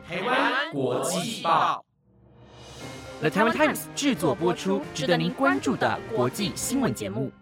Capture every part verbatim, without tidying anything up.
台湾国际报 The Taiwan Times 制作播出，值得您关注的国际新闻节目。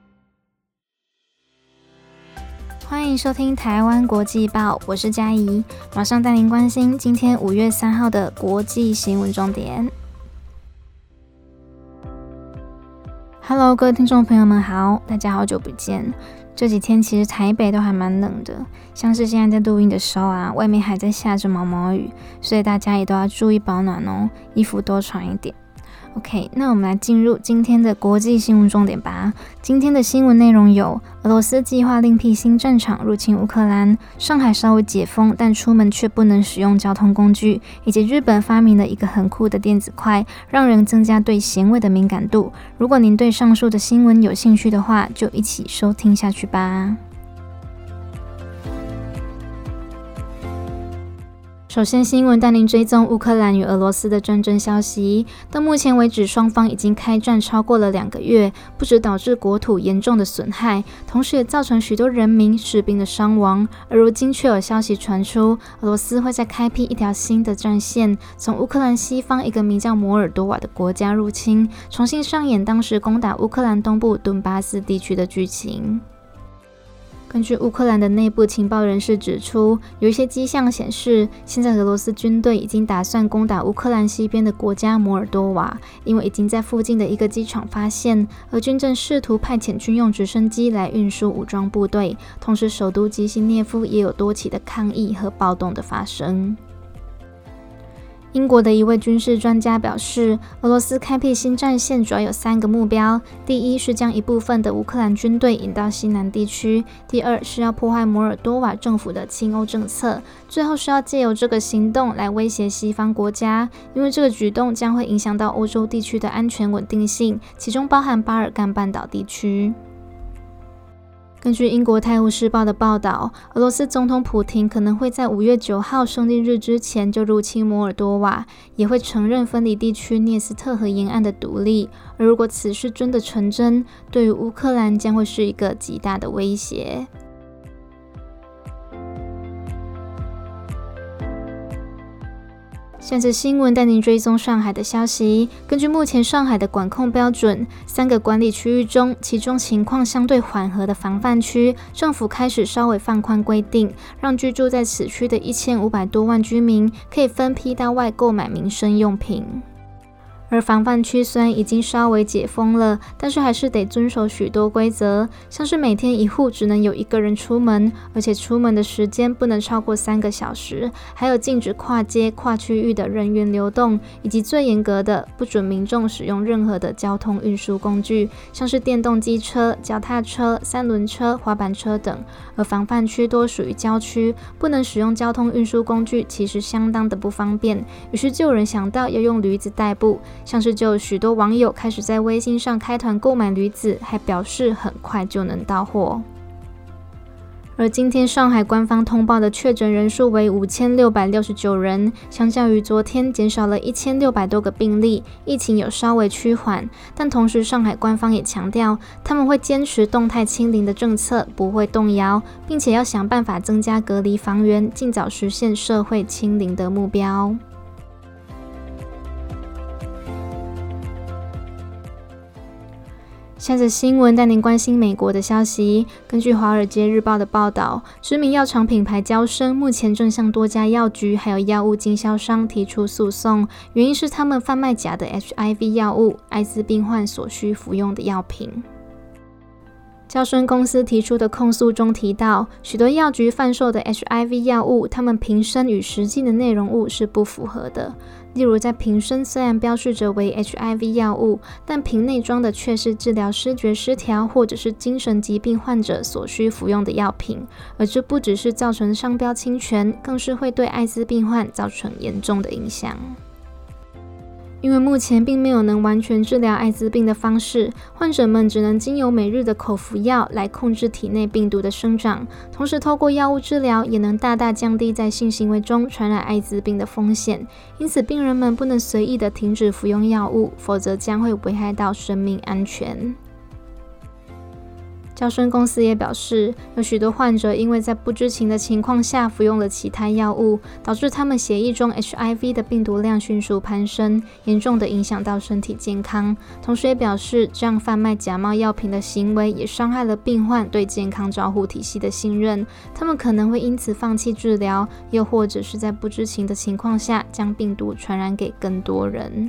欢迎收听台湾国际报，我是嘉怡，马上带您关心今天五月三号的国际新闻重点。Hello， 各位听众朋友们好，大家好久不见。这几天其实台北都还蛮冷的，像是现在在录音的时候啊，外面还在下着毛毛雨，所以大家也都要注意保暖哦，衣服多穿一点。OK， 那我们来进入今天的国际新闻重点吧。今天的新闻内容有：俄罗斯计划另辟新战场入侵乌克兰，上海稍微解封，但出门却不能使用交通工具，以及日本发明了一个很酷的电子块，让人增加对咸味的敏感度。如果您对上述的新闻有兴趣的话，就一起收听下去吧。首先，新闻带您追踪乌克兰与俄罗斯的战争消息。到目前为止，双方已经开战超过了两个月，不只导致国土严重的损害，同时也造成许多人民、士兵的伤亡。而如今却有消息传出，俄罗斯会再开辟一条新的战线，从乌克兰西方一个名叫摩尔多瓦的国家入侵，重新上演当时攻打乌克兰东部顿巴斯地区的剧情。根据乌克兰的内部情报人士指出，有一些迹象显示，现在俄罗斯军队已经打算攻打乌克兰西边的国家摩尔多瓦，因为已经在附近的一个机场发现，俄军正试图派遣军用直升机来运输武装部队，同时首都基辛涅夫也有多起的抗议和暴动的发生。英国的一位军事专家表示，俄罗斯开辟新战线主要有三个目标：第一是将一部分的乌克兰军队引到西南地区；第二是要破坏摩尔多瓦政府的亲欧政策；最后是要借由这个行动来威胁西方国家，因为这个举动将会影响到欧洲地区的安全稳定性，其中包含巴尔干半岛地区。根据英国《泰晤士报》的报道，俄罗斯总统普廷可能会在五月九号胜利日之前就入侵摩尔多瓦，也会承认分离地区涅斯特河沿岸的独立。而如果此事真的成真，对于乌克兰将会是一个极大的威胁。下次新闻带您追踪上海的消息。根据目前上海的管控标准，三个管理区域中，其中情况相对缓和的防范区，政府开始稍微放宽规定，让居住在此区的一千五百多万居民可以分批到外购买民生用品。而防范区虽然已经稍微解封了，但是还是得遵守许多规则，像是每天一户只能有一个人出门，而且出门的时间不能超过三个小时，还有禁止跨街、跨区域的人员流动，以及最严格的，不准民众使用任何的交通运输工具，像是电动机车、脚踏车、三轮车、滑板车等。而防范区多属于郊区，不能使用交通运输工具，其实相当的不方便，于是就有人想到要用驴子代步。像是就有许多网友开始在微信上开团购买驴子，还表示很快就能到货。而今天上海官方通报的确诊人数为五千六百六十九人，相较于昨天减少了一千六百多个病例，疫情有稍微趋缓。但同时上海官方也强调，他们会坚持动态清零的政策，不会动摇，并且要想办法增加隔离房源，尽早实现社会清零的目标。下则新闻带您关心美国的消息。根据《华尔街日报》的报道，知名药厂品牌嬌生目前正向多家药局还有药物经销商提出诉讼，原因是他们贩卖假的 H I V 药物，艾滋病患所需服用的药品。嬌生公司提出的控诉中提到，许多药局贩售的 H I V 药物，它们瓶身与实际的内容物是不符合的。例如，在瓶身虽然标示着为 H I V 药物，但瓶内装的却是治疗思觉失调或者是精神疾病患者所需服用的药品，而这不只是造成商标侵权，更是会对艾滋病患造成严重的影响。因为目前并没有能完全治疗艾滋病的方式，患者们只能经由每日的口服药来控制体内病毒的生长，同时透过药物治疗也能大大降低在性行为中传染艾滋病的风险。因此病人们不能随意的停止服用药物，否则将会危害到生命安全。 交生公司也表示，有许多患者因为在不知情的情况下服用了其他药物，导致他们血液中 H I V 的病毒量迅速攀升，严重的影响到身体健康。同时也表示，这样贩卖假冒药品的行为也伤害了病患对健康照护体系的信任，他们可能会因此放弃治疗，又或者是在不知情的情况下将病毒传染给更多人。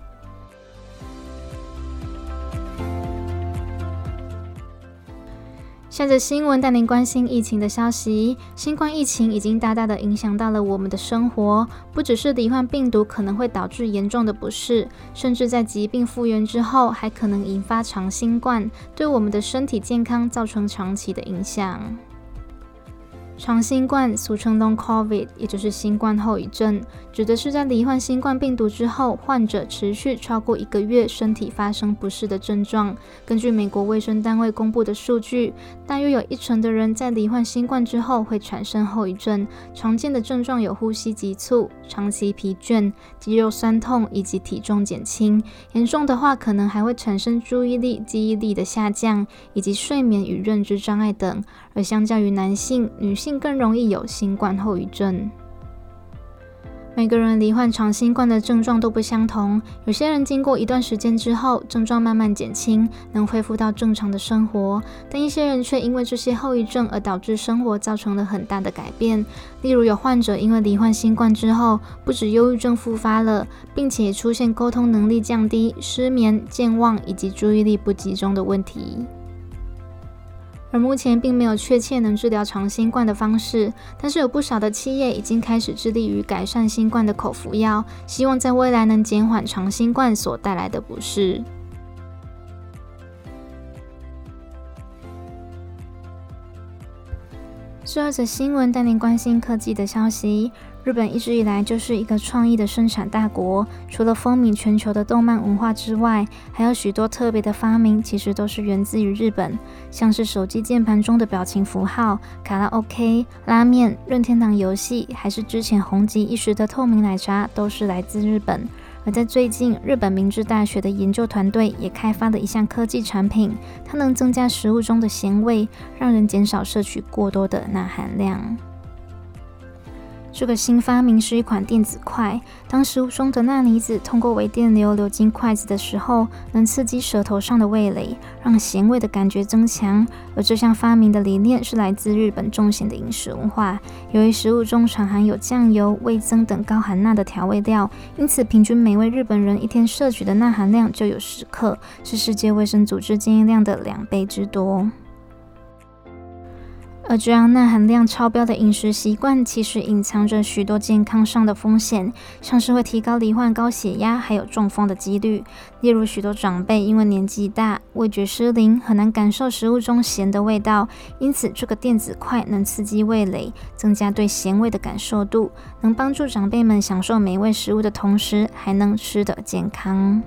下着新闻带您关心疫情的消息。新冠疫情已经大大的影响到了我们的生活，不只是罹患病毒可能会导致严重的不适，甚至在疾病复原之后还可能引发长新冠，对我们的身体健康造成长期的影响。长新冠俗称 Long COVID， 也就是新冠后遗症，指的是在罹患新冠病毒之后，患者持续超过一个月，身体发生不适的症状。根据美国卫生单位公布的数据，大约有一成的人在罹患新冠之后会产生后遗症，常见的症状有呼吸急促、长期疲倦、肌肉酸痛以及体重减轻，严重的话可能还会产生注意力、记忆力的下降，以及睡眠与认知障碍等。而相较于男性，女性更容易有新冠后遗症。每个人罹患长新冠的症状都不相同，有些人经过一段时间之后，症状慢慢减轻，能恢复到正常的生活，但一些人却因为这些后遗症而导致生活造成了很大的改变。例如有患者因为罹患新冠之后，不止忧郁症复发了，并且也出现沟通能力降低、失眠、健忘以及注意力不集中的问题。而目前并没有确切能治疗长新冠的方式，但是有不少的企业已经开始致力于改善新冠的口服药，希望在未来能减缓长新冠所带来的不适。最后则新闻带您关心科技的消息。日本一直以来就是一个创意的生产大国，除了风靡全球的动漫文化之外，还有许多特别的发明其实都是源自于日本，像是手机键盘中的表情符号、卡拉 OK、拉面、任天堂游戏，还是之前红极一时的透明奶茶，都是来自日本。而在最近，日本明治大学的研究团队也开发了一项科技产品，它能增加食物中的咸味，让人减少摄取过多的钠含量。这个新发明是一款电子筷，当食物中的钠离子通过微电流流进筷子的时候，能刺激舌头上的味蕾，让咸味的感觉增强。而这项发明的理念是来自日本重咸的饮食文化，由于食物中常含有酱油、味噌等高含钠的调味料，因此平均每位日本人一天摄取的钠含量就有十克，是世界卫生组织建议量的两倍之多。而这样钠含量超标的饮食习惯，其实隐藏着许多健康上的风险，像是会提高罹患高血压还有中风的几率。例如许多长辈因为年纪大，味觉失灵，很难感受食物中咸的味道，因此这个电子筷能刺激味蕾，增加对咸味的感受度，能帮助长辈们享受美味食物的同时，还能吃得健康。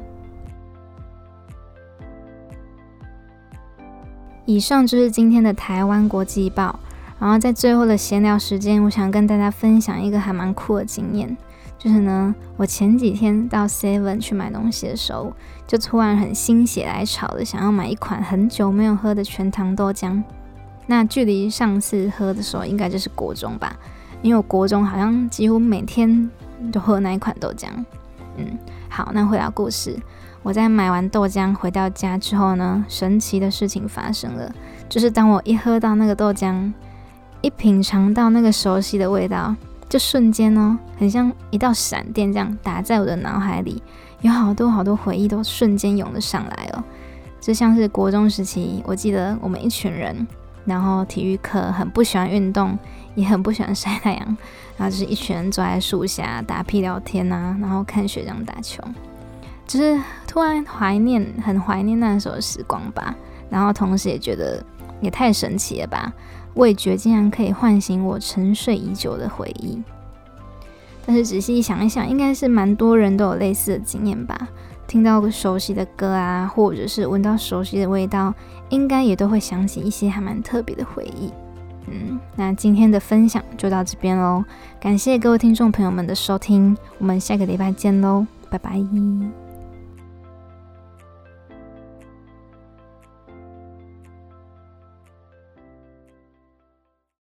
以上就是今天的台湾国际报，然后在最后的闲聊时间，我想跟大家分享一个还蛮酷的经验，就是呢，我前几天到 seven 去买东西的时候，就突然很心血来潮的想要买一款很久没有喝的全糖豆浆。那距离上次喝的时候应该就是国中吧，因为我国中好像几乎每天都喝那一款豆浆。嗯，好，那回到故事。我在买完豆浆回到家之后呢，神奇的事情发生了，就是当我一喝到那个豆浆，一品尝到那个熟悉的味道，就瞬间哦，很像一道闪电这样打在我的脑海里，有好多好多回忆都瞬间涌了上来哦。就像是国中时期，我记得我们一群人，然后体育课很不喜欢运动，也很不喜欢晒太阳，然后就是一群人坐在树下打屁聊天啊，然后看学长打球。就是突然怀念，很怀念那时候的时光吧，然后同时也觉得也太神奇了吧，味觉竟然可以唤醒我沉睡已久的回忆。但是仔细想一想，应该是蛮多人都有类似的经验吧，听到熟悉的歌啊，或者是闻到熟悉的味道，应该也都会想起一些还蛮特别的回忆。嗯，那今天的分享就到这边咯，感谢各位听众朋友们的收听，我们下个礼拜见咯，拜拜。